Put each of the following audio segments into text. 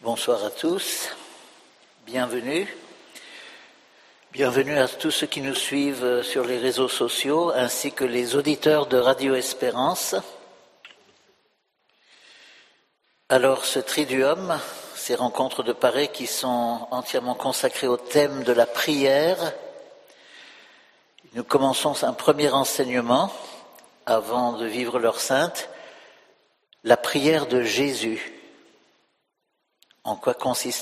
Bonsoir à tous, bienvenue. Bienvenue à tous ceux qui nous suivent sur les réseaux sociaux ainsi que les auditeurs de Radio Espérance. Alors ce Triduum, ces rencontres de Paris qui sont entièrement consacrées au thème de la prière, nous commençons un premier enseignement avant de vivre l'heure sainte, la prière de Jésus. En quoi consiste-t-elle ?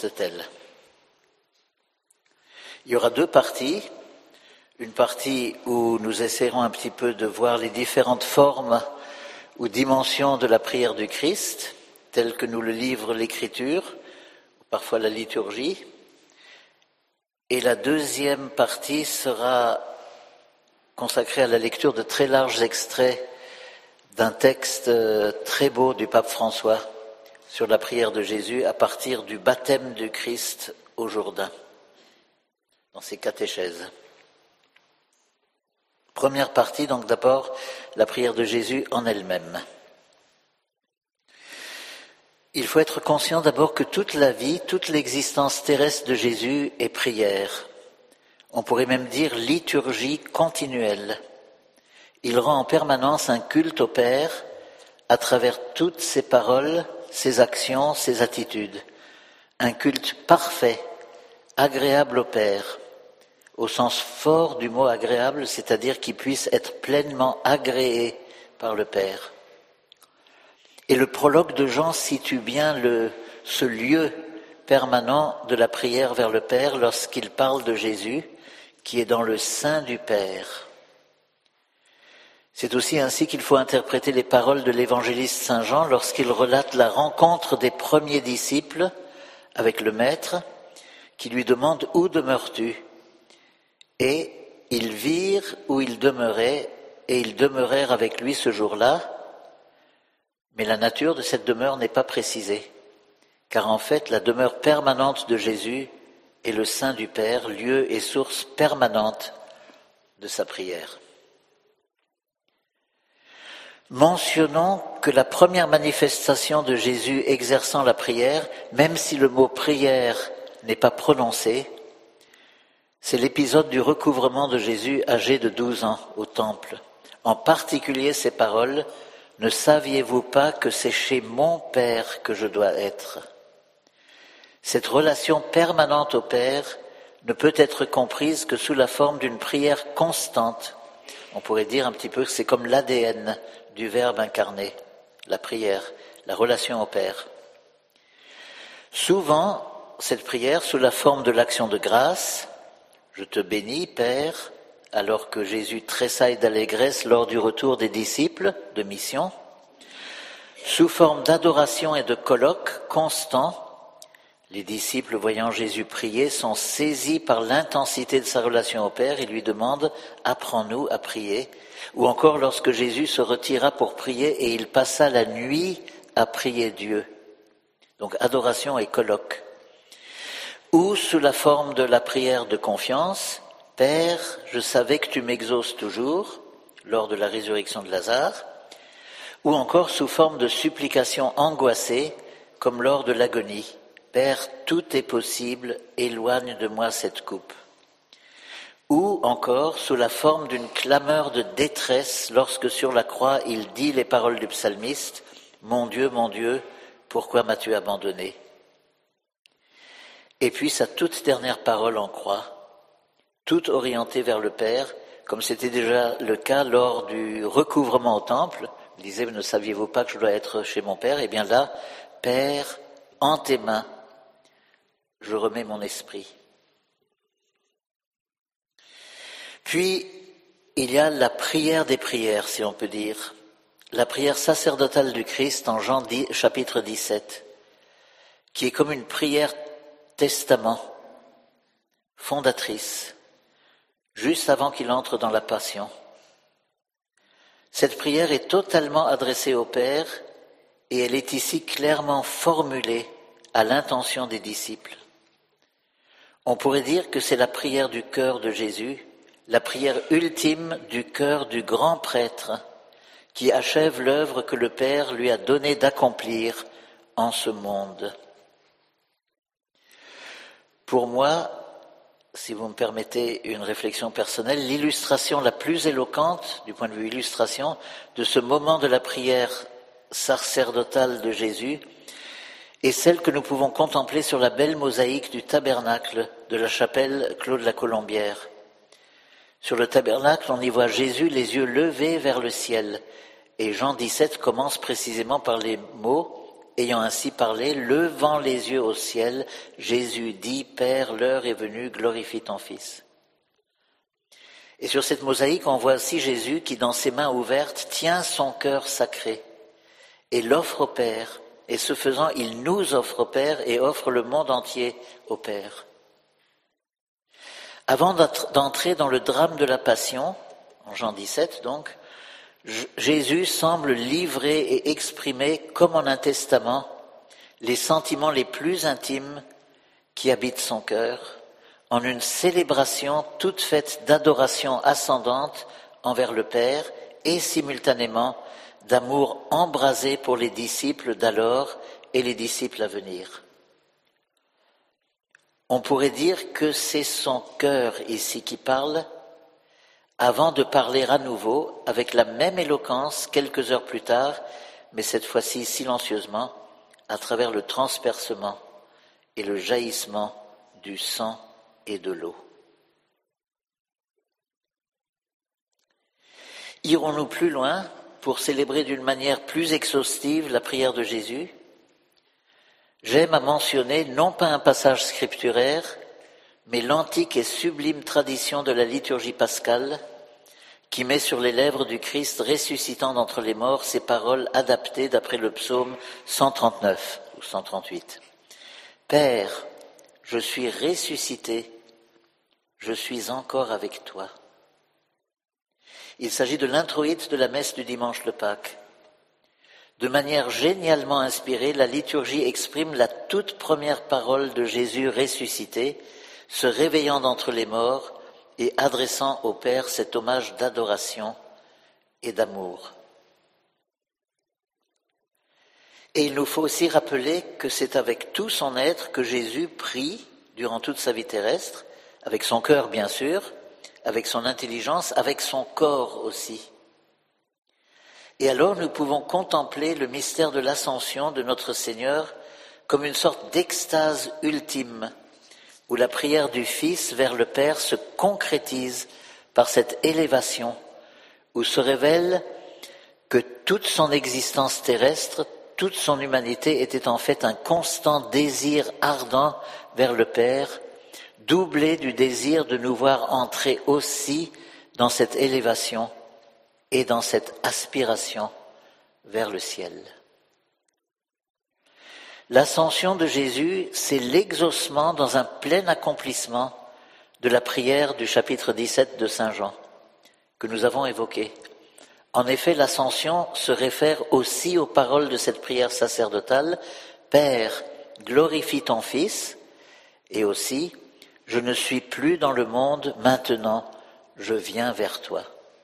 Il y aura deux parties. Une partie où nous essaierons un petit peu de voir les différentes formes ou dimensions de la prière du Christ, telles que nous le livre l'Écriture, ou parfois la liturgie. Et la deuxième partie sera consacrée à la lecture de très larges extraits d'un texte très beau du pape François sur la prière de Jésus à partir du baptême du Christ au Jourdain, dans ses catéchèses. Première partie, donc d'abord, la prière de Jésus en elle-même. Il faut être conscient d'abord que toute la vie, toute l'existence terrestre de Jésus est prière. On pourrait même dire liturgie continuelle. Il rend en permanence un culte au Père à travers toutes ses paroles, ses actions, ses attitudes. Un culte parfait, agréable au Père, au sens fort du mot agréable, c'est-à-dire qu'il puisse être pleinement agréé par le Père. Et le prologue de Jean situe bien ce lieu permanent de la prière vers le Père lorsqu'il parle de Jésus, qui est dans le sein du Père. C'est aussi ainsi qu'il faut interpréter les paroles de l'évangéliste Saint Jean lorsqu'il relate la rencontre des premiers disciples avec le Maître, qui lui demande « Où demeures-tu » ? Et ils virent où il demeurait, et ils demeurèrent avec lui ce jour-là, mais la nature de cette demeure n'est pas précisée, car en fait la demeure permanente de Jésus est le sein du Père, lieu et source permanente de sa prière. Mentionnons que la première manifestation de Jésus exerçant la prière, même si le mot prière n'est pas prononcé, c'est l'épisode du recouvrement de Jésus âgé de 12 ans au temple. En particulier ces paroles, « Ne saviez-vous pas que c'est chez mon Père que je dois être ?» Cette relation permanente au Père ne peut être comprise que sous la forme d'une prière constante. On pourrait dire un petit peu que c'est comme l'ADN du Verbe incarné, la prière, la relation au Père. Souvent, cette prière, sous la forme de l'action de grâce, « Je te bénis, Père », alors que Jésus tressaille d'allégresse lors du retour des disciples de mission, sous forme d'adoration et de colloque constant, les disciples, voyant Jésus prier, sont saisis par l'intensité de sa relation au Père et lui demandent « Apprends-nous à prier ». Ou encore lorsque Jésus se retira pour prier et il passa la nuit à prier Dieu. Donc adoration et colloque. Ou sous la forme de la prière de confiance, « Père, je savais que tu m'exauces toujours » lors de la résurrection de Lazare. Ou encore sous forme de supplication angoissée, comme lors de l'agonie. « Père, tout est possible, éloigne de moi cette coupe. » Ou encore sous la forme d'une clameur de détresse lorsque sur la croix il dit les paroles du psalmiste « Mon Dieu, pourquoi m'as-tu abandonné ?» Et puis sa toute dernière parole en croix, toute orientée vers le Père, comme c'était déjà le cas lors du recouvrement au temple. Il disait « Ne saviez-vous pas que je dois être chez mon Père ?» Eh bien là, « Père, en tes mains, je remets mon esprit. » Puis, il y a la prière des prières, si on peut dire, la prière sacerdotale du Christ en Jean chapitre 17, qui est comme une prière testament, fondatrice, juste avant qu'il entre dans la passion. Cette prière est totalement adressée au Père et elle est ici clairement formulée à l'intention des disciples. On pourrait dire que c'est la prière du cœur de Jésus, la prière ultime du cœur du grand prêtre qui achève l'œuvre que le Père lui a donné d'accomplir en ce monde. pour moi, si vous me permettez une réflexion personnelle, l'illustration la plus éloquente, du point de vue illustration, de ce moment de la prière sacerdotale de Jésus est celle que nous pouvons contempler sur la belle mosaïque du tabernacle de la chapelle Clos de la Colombière. Sur le tabernacle, on y voit Jésus les yeux levés vers le ciel. Et Jean 17 commence précisément par les mots « Ayant ainsi parlé, levant les yeux au ciel, Jésus dit, Père, l'heure est venue, glorifie ton Fils. » Et sur cette mosaïque, on voit aussi Jésus qui, dans ses mains ouvertes, tient son cœur sacré et l'offre au Père. Et ce faisant, il nous offre au Père et offre le monde entier au Père. Avant d'entrer dans le drame de la Passion, en Jean 17 donc, Jésus semble livrer et exprimer, comme en un testament, les sentiments les plus intimes qui habitent son cœur, en une célébration toute faite d'adoration ascendante envers le Père et simultanément d'amour embrasé pour les disciples d'alors et les disciples à venir. On pourrait dire que c'est son cœur ici qui parle, avant de parler à nouveau avec la même éloquence quelques heures plus tard, mais cette fois-ci silencieusement, à travers le transpercement et le jaillissement du sang et de l'eau. Irons-nous plus loin pour célébrer d'une manière plus exhaustive la prière de Jésus ? J'aime à mentionner non pas un passage scripturaire, mais l'antique et sublime tradition de la liturgie pascale qui met sur les lèvres du Christ ressuscitant d'entre les morts ces paroles adaptées d'après le psaume 139 ou 138. « Père, je suis ressuscité, je suis encore avec toi. » Il s'agit de l'introïte de la messe du dimanche de Pâques. De manière génialement inspirée, la liturgie exprime la toute première parole de Jésus ressuscité, se réveillant d'entre les morts et adressant au Père cet hommage d'adoration et d'amour. Et il nous faut aussi rappeler que c'est avec tout son être que Jésus prie durant toute sa vie terrestre, avec son cœur bien sûr, avec son intelligence, avec son corps aussi. Et alors nous pouvons contempler le mystère de l'ascension de notre Seigneur comme une sorte d'extase ultime, où la prière du Fils vers le Père se concrétise par cette élévation, où se révèle que toute son existence terrestre, toute son humanité était en fait un constant désir ardent vers le Père, doublé du désir de nous voir entrer aussi dans cette élévation et dans cette aspiration vers le ciel. L'ascension de Jésus, c'est l'exaucement dans un plein accomplissement de la prière du chapitre 17 de Saint Jean, que nous avons évoqué. En effet, l'ascension se réfère aussi aux paroles de cette prière sacerdotale, « Père, glorifie ton Fils » et aussi « Je ne suis plus dans le monde, maintenant je viens vers toi ».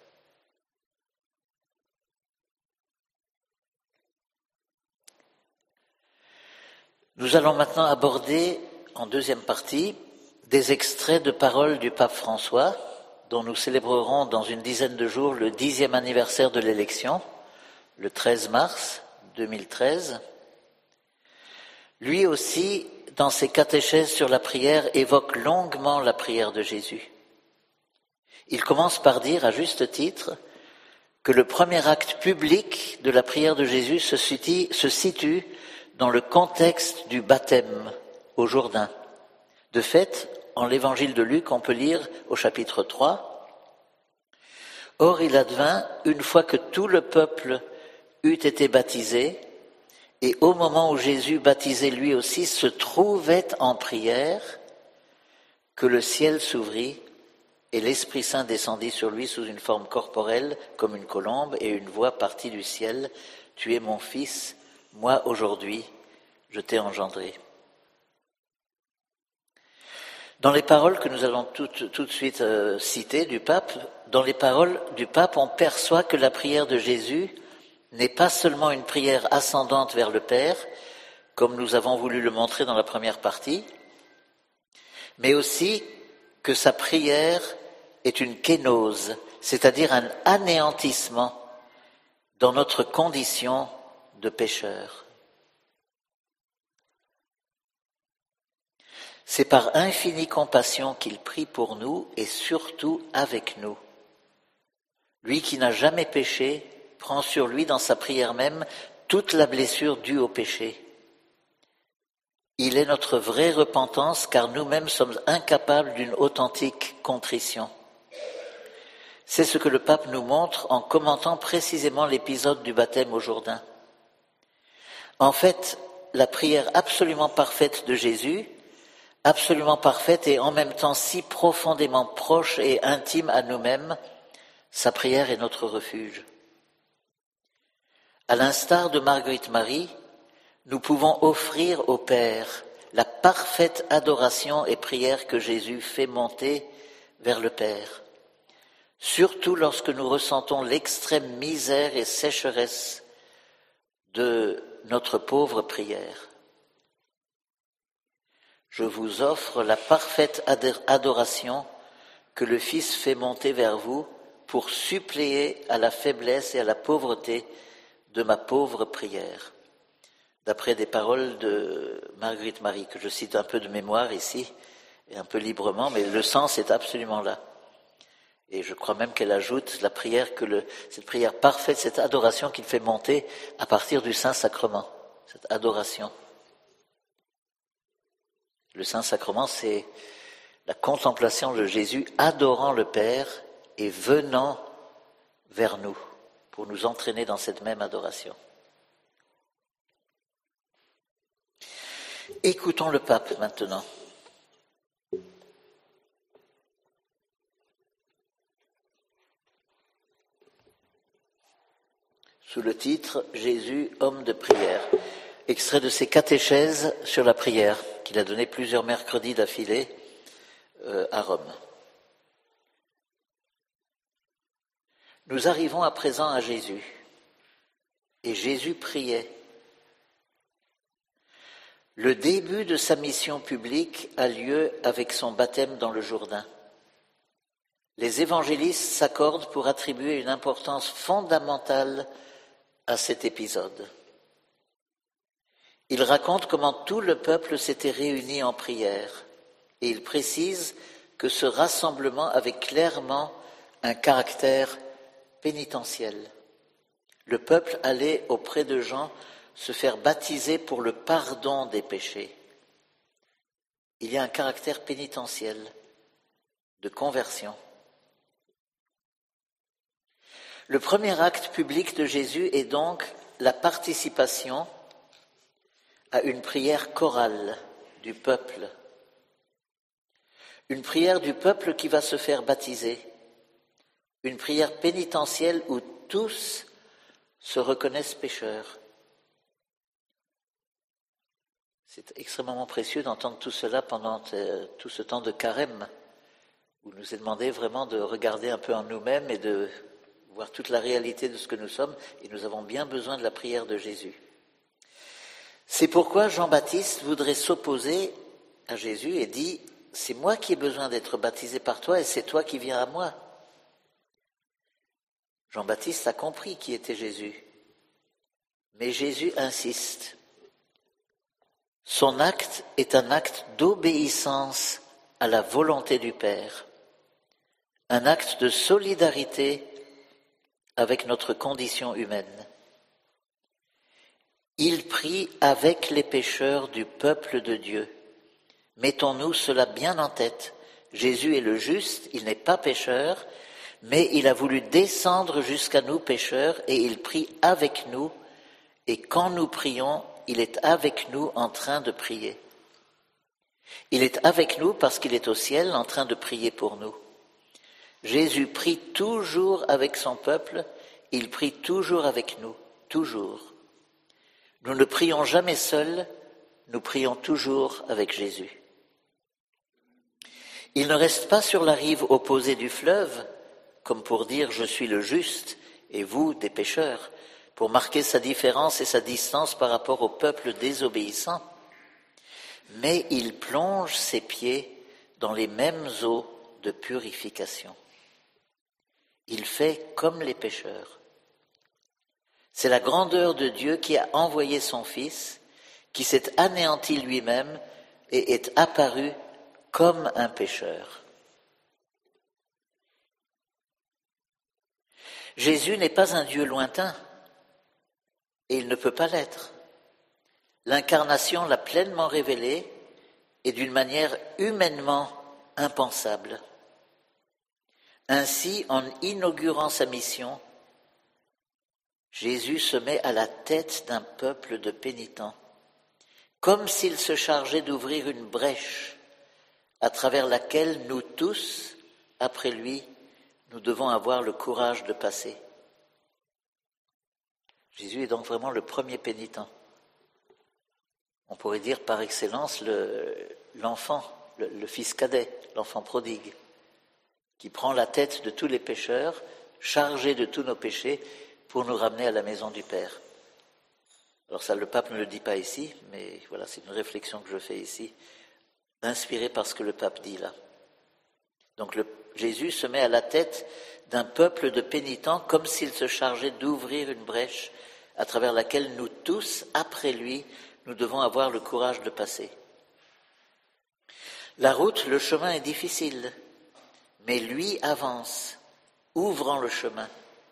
Nous allons maintenant aborder, en deuxième partie, des extraits de paroles du pape François, dont nous célébrerons dans une dizaine de jours le 10e anniversaire de l'élection, le 13 mars 2013. Lui aussi, dans ses catéchèses sur la prière, évoque longuement la prière de Jésus. Il commence par dire, à juste titre, que le premier acte public de la prière de Jésus se situe dans le contexte du baptême au Jourdain. De fait, en l'évangile de Luc, on peut lire au chapitre 3, « Or il advint, une fois que tout le peuple eut été baptisé, et au moment où Jésus, baptisé lui aussi, se trouvait en prière, que le ciel s'ouvrit et l'Esprit Saint descendit sur lui sous une forme corporelle comme une colombe, et une voix partit du ciel, « Tu es mon Fils, moi aujourd'hui, je t'ai engendré. » Dans les paroles que nous allons tout de suite citer du pape, dans les paroles du pape, on perçoit que la prière de Jésus n'est pas seulement une prière ascendante vers le Père, comme nous avons voulu le montrer dans la première partie, mais aussi que sa prière est une kénose, c'est-à-dire un anéantissement dans notre condition de pécheur. C'est par infinie compassion qu'il prie pour nous et surtout avec nous. Lui qui n'a jamais péché prend sur lui dans sa prière même toute la blessure due au péché. Il est notre vraie repentance car nous-mêmes sommes incapables d'une authentique contrition. C'est ce que le pape nous montre en commentant précisément l'épisode du baptême au Jourdain. En fait, la prière absolument parfaite de Jésus, absolument parfaite et en même temps si profondément proche et intime à nous-mêmes, sa prière est notre refuge. À l'instar de Marguerite Marie, nous pouvons offrir au Père la parfaite adoration et prière que Jésus fait monter vers le Père, surtout lorsque nous ressentons l'extrême misère et sécheresse de notre pauvre prière. Je vous offre la parfaite adoration que le Fils fait monter vers vous pour suppléer à la faiblesse et à la pauvreté de ma pauvre prière. D'après des paroles de Marguerite Marie, que je cite un peu de mémoire ici, et un peu librement, mais le sens est absolument là. Et je crois même qu'elle ajoute la prière cette prière parfaite, cette adoration qu'il fait monter à partir du Saint-Sacrement, cette adoration. Le Saint-Sacrement, c'est la contemplation de Jésus adorant le Père et venant vers nous pour nous entraîner dans cette même adoration. Écoutons le pape maintenant. Sous le titre « Jésus, homme de prière », extrait de ses catéchèses sur la prière qu'il a donné plusieurs mercredis d'affilée à Rome. Nous arrivons à présent à Jésus, et Jésus priait. Le début de sa mission publique a lieu avec son baptême dans le Jourdain. Les évangélistes s'accordent pour attribuer une importance fondamentale à cet épisode. Ils racontent comment tout le peuple s'était réuni en prière et ils précisent que ce rassemblement avait clairement un caractère pénitentiel. Le peuple allait auprès de Jean se faire baptiser pour le pardon des péchés. Il y a un caractère pénitentiel de conversion. Le premier acte public de Jésus est donc la participation à une prière chorale du peuple. Une prière du peuple qui va se faire baptiser. Une prière pénitentielle où tous se reconnaissent pécheurs. C'est extrêmement précieux d'entendre tout cela pendant tout ce temps de carême, où nous est demandé vraiment de regarder un peu en nous-mêmes et de voir toute la réalité de ce que nous sommes, et nous avons bien besoin de la prière de Jésus. C'est pourquoi Jean-Baptiste voudrait s'opposer à Jésus et dit « C'est moi qui ai besoin d'être baptisé par toi et c'est toi qui viens à moi ». Jean-Baptiste a compris qui était Jésus, mais Jésus insiste. Son acte est un acte d'obéissance à la volonté du Père, un acte de solidarité avec notre condition humaine. Il prie avec les pécheurs du peuple de Dieu. Mettons-nous cela bien en tête. Jésus est le juste, il n'est pas pécheur, mais il a voulu descendre jusqu'à nous pécheurs et il prie avec nous. Et quand nous prions, il est avec nous en train de prier. Il est avec nous parce qu'il est au ciel en train de prier pour nous. Jésus prie toujours avec son peuple, il prie toujours avec nous, toujours. Nous ne prions jamais seuls, nous prions toujours avec Jésus. Il ne reste pas sur la rive opposée du fleuve, comme pour dire « je suis le juste et vous des pécheurs », pour marquer sa différence et sa distance par rapport au peuple désobéissant. Mais il plonge ses pieds dans les mêmes eaux de purification. Il fait comme les pécheurs. C'est la grandeur de Dieu qui a envoyé son Fils, qui s'est anéanti lui-même et est apparu comme un pécheur. Jésus n'est pas un Dieu lointain, et il ne peut pas l'être. L'incarnation l'a pleinement révélé, et d'une manière humainement impensable. Ainsi, en inaugurant sa mission, Jésus se met à la tête d'un peuple de pénitents, comme s'il se chargeait d'ouvrir une brèche à travers laquelle nous tous, après lui, nous devons avoir le courage de passer. Jésus est donc vraiment le premier pénitent. On pourrait dire par excellence l'enfant, le fils cadet, l'enfant prodigue, qui prend la tête de tous les pécheurs, chargé de tous nos péchés, pour nous ramener à la maison du Père. Alors ça, le pape ne le dit pas ici, mais voilà, c'est une réflexion que je fais ici, inspirée par ce que le pape dit là. Donc Jésus se met à la tête d'un peuple de pénitents comme s'il se chargeait d'ouvrir une brèche à travers laquelle nous tous, après lui, nous devons avoir le courage de passer. La route, le chemin est difficile, mais lui avance, ouvrant le chemin.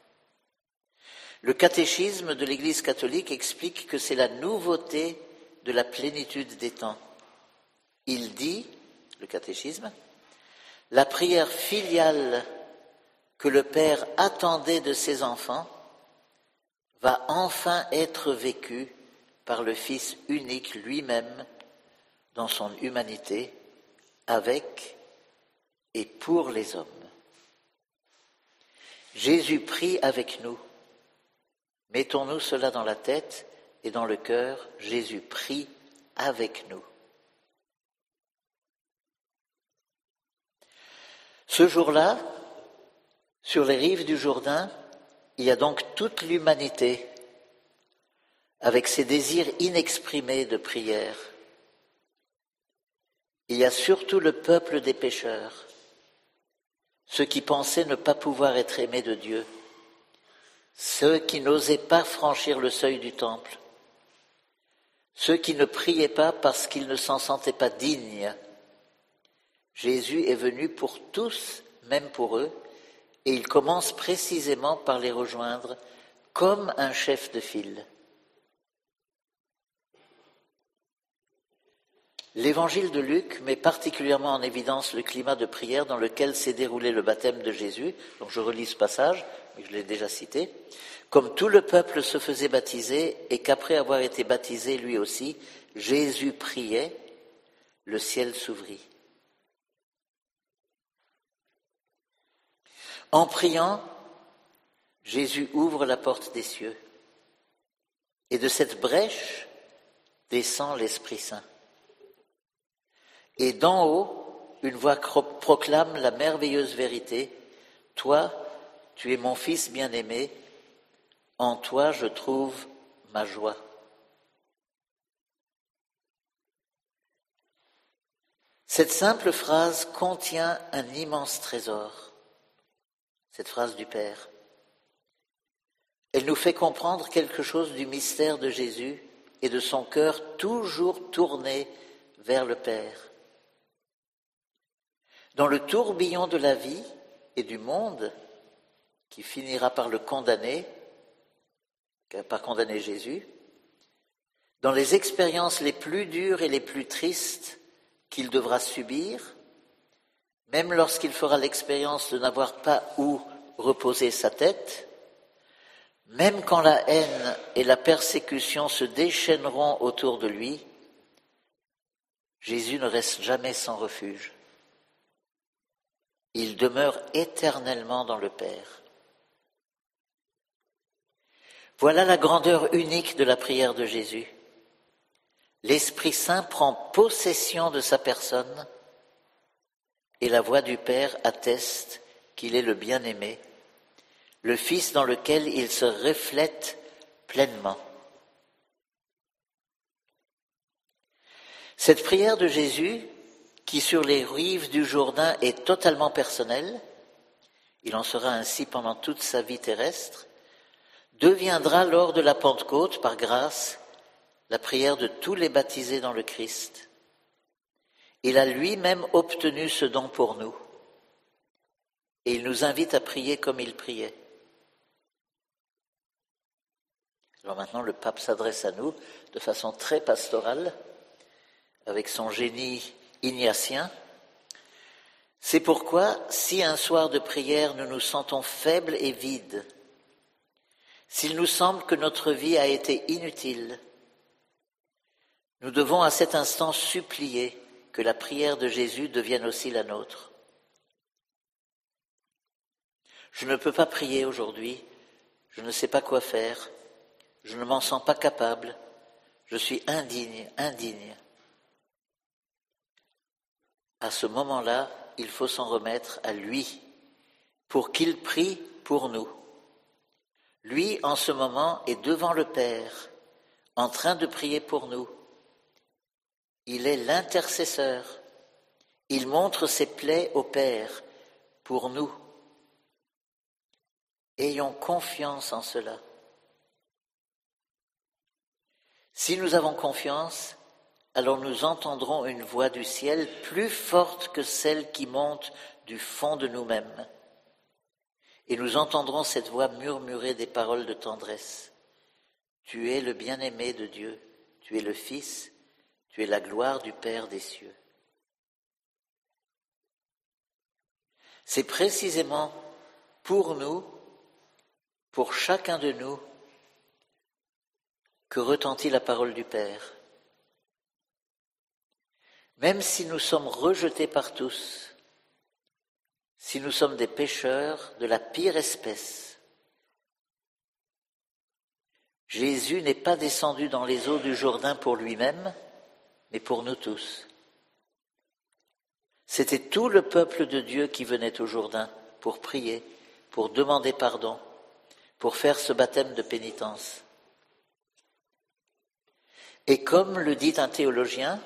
Le catéchisme de l'Église catholique explique que c'est la nouveauté de la plénitude des temps. Il dit, le catéchisme, la prière filiale que le Père attendait de ses enfants va enfin être vécue par le Fils unique lui-même dans son humanité, avec et pour les hommes. Jésus prie avec nous. Mettons-nous cela dans la tête et dans le cœur. Jésus prie avec nous. Ce jour-là, sur les rives du Jourdain, il y a donc toute l'humanité avec ses désirs inexprimés de prière. Il y a surtout le peuple des pécheurs, ceux qui pensaient ne pas pouvoir être aimés de Dieu, ceux qui n'osaient pas franchir le seuil du temple, ceux qui ne priaient pas parce qu'ils ne s'en sentaient pas dignes. Jésus est venu pour tous, même pour eux, et il commence précisément par les rejoindre comme un chef de file. L'évangile de Luc met particulièrement en évidence le climat de prière dans lequel s'est déroulé le baptême de Jésus. Donc je relis ce passage, mais je l'ai déjà cité. Comme tout le peuple se faisait baptiser et qu'après avoir été baptisé lui aussi, Jésus priait, le ciel s'ouvrit. En priant, Jésus ouvre la porte des cieux. Et de cette brèche descend l'Esprit Saint. Et d'en haut, une voix proclame la merveilleuse vérité. Toi, tu es mon Fils bien-aimé, en toi je trouve ma joie. Cette simple phrase contient un immense trésor, cette phrase du Père. Elle nous fait comprendre quelque chose du mystère de Jésus et de son cœur toujours tourné vers le Père. Dans le tourbillon de la vie et du monde, qui finira par le condamner, par condamner Jésus, dans les expériences les plus dures et les plus tristes qu'il devra subir, même lorsqu'il fera l'expérience de n'avoir pas où reposer sa tête, même quand la haine et la persécution se déchaîneront autour de lui, Jésus ne reste jamais sans refuge. Il demeure éternellement dans le Père. Voilà la grandeur unique de la prière de Jésus. L'Esprit Saint prend possession de sa personne et la voix du Père atteste qu'il est le bien-aimé, le Fils dans lequel il se reflète pleinement. Cette prière de Jésus, qui sur les rives du Jourdain est totalement personnel, il en sera ainsi pendant toute sa vie terrestre, deviendra lors de la Pentecôte, par grâce, la prière de tous les baptisés dans le Christ. Il a lui-même obtenu ce don pour nous, et il nous invite à prier comme il priait. Alors maintenant, le pape s'adresse à nous de façon très pastorale, avec son génie ignatien. C'est pourquoi, si un soir de prière nous nous sentons faibles et vides, s'il nous semble que notre vie a été inutile, nous devons à cet instant supplier que la prière de Jésus devienne aussi la nôtre. Je ne peux pas prier aujourd'hui, je ne sais pas quoi faire, je ne m'en sens pas capable, je suis indigne. À ce moment-là, il faut s'en remettre à lui, pour qu'il prie pour nous. Lui, en ce moment, est devant le Père, en train de prier pour nous. Il est l'intercesseur. Il montre ses plaies au Père pour nous. Ayons confiance en cela. Si nous avons confiance, alors nous entendrons une voix du ciel plus forte que celle qui monte du fond de nous-mêmes. Et nous entendrons cette voix murmurer des paroles de tendresse. Tu es le bien-aimé de Dieu, tu es le Fils, tu es la gloire du Père des cieux. C'est précisément pour nous, pour chacun de nous, que retentit la parole du Père. Même si nous sommes rejetés par tous, si nous sommes des pécheurs de la pire espèce, Jésus n'est pas descendu dans les eaux du Jourdain pour lui-même, mais pour nous tous. C'était tout le peuple de Dieu qui venait au Jourdain pour prier, pour demander pardon, pour faire ce baptême de pénitence. Et comme le dit un théologien,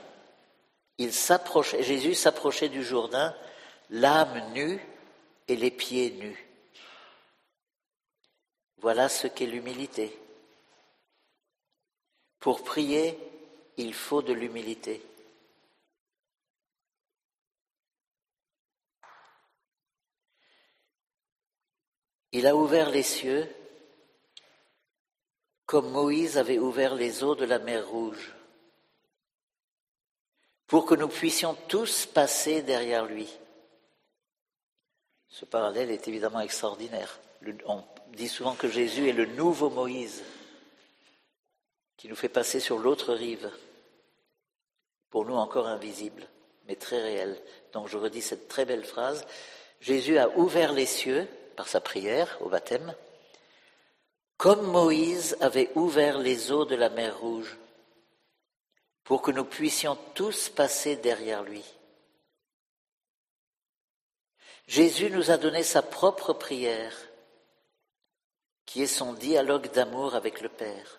Jésus s'approchait du Jourdain, l'âme nue et les pieds nus. Voilà ce qu'est l'humilité. Pour prier, il faut de l'humilité. Il a ouvert les cieux comme Moïse avait ouvert les eaux de la mer Rouge, pour que nous puissions tous passer derrière lui. Ce parallèle est évidemment extraordinaire. On dit souvent que Jésus est le nouveau Moïse, qui nous fait passer sur l'autre rive, pour nous encore invisible, mais très réel. Donc je redis cette très belle phrase. Jésus a ouvert les cieux par sa prière au baptême, comme Moïse avait ouvert les eaux de la mer Rouge, pour que nous puissions tous passer derrière lui. Jésus nous a donné sa propre prière, qui est son dialogue d'amour avec le Père.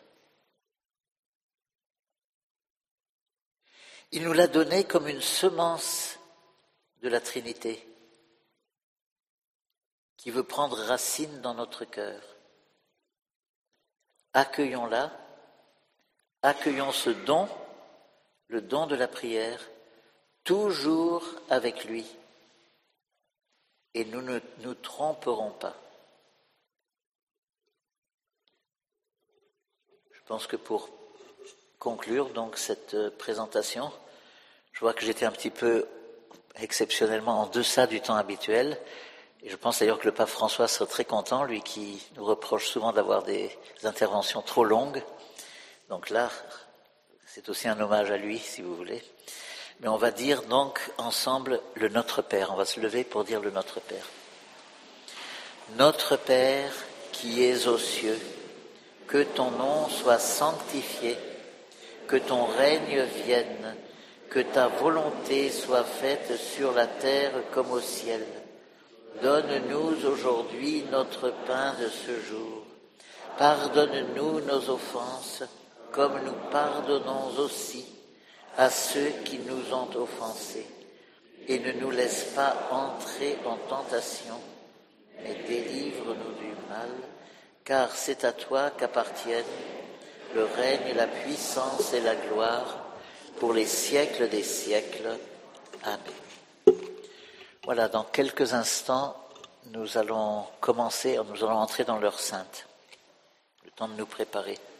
Il nous l'a donnée comme une semence de la Trinité, qui veut prendre racine dans notre cœur. Accueillons-la, accueillons ce don, le don de la prière, toujours avec lui. Et nous ne nous tromperons pas. Je pense que pour conclure donc cette présentation, je vois que j'étais un petit peu exceptionnellement en deçà du temps habituel. Et je pense d'ailleurs que le pape François serait très content, lui qui nous reproche souvent d'avoir des interventions trop longues. Donc là, c'est aussi un hommage à lui, si vous voulez. Mais on va dire donc ensemble le Notre Père. On va se lever pour dire le Notre Père. Notre Père qui es aux cieux, que ton nom soit sanctifié, que ton règne vienne, que ta volonté soit faite sur la terre comme au ciel. Donne-nous aujourd'hui notre pain de ce jour. Pardonne-nous nos offenses, comme nous pardonnons aussi à ceux qui nous ont offensés. et ne nous laisse pas entrer en tentation, mais délivre-nous du mal, car c'est à toi qu'appartiennent le règne, la puissance et la gloire pour les siècles des siècles. Amen. Voilà, dans quelques instants, nous allons entrer dans l'heure sainte, le temps de nous préparer.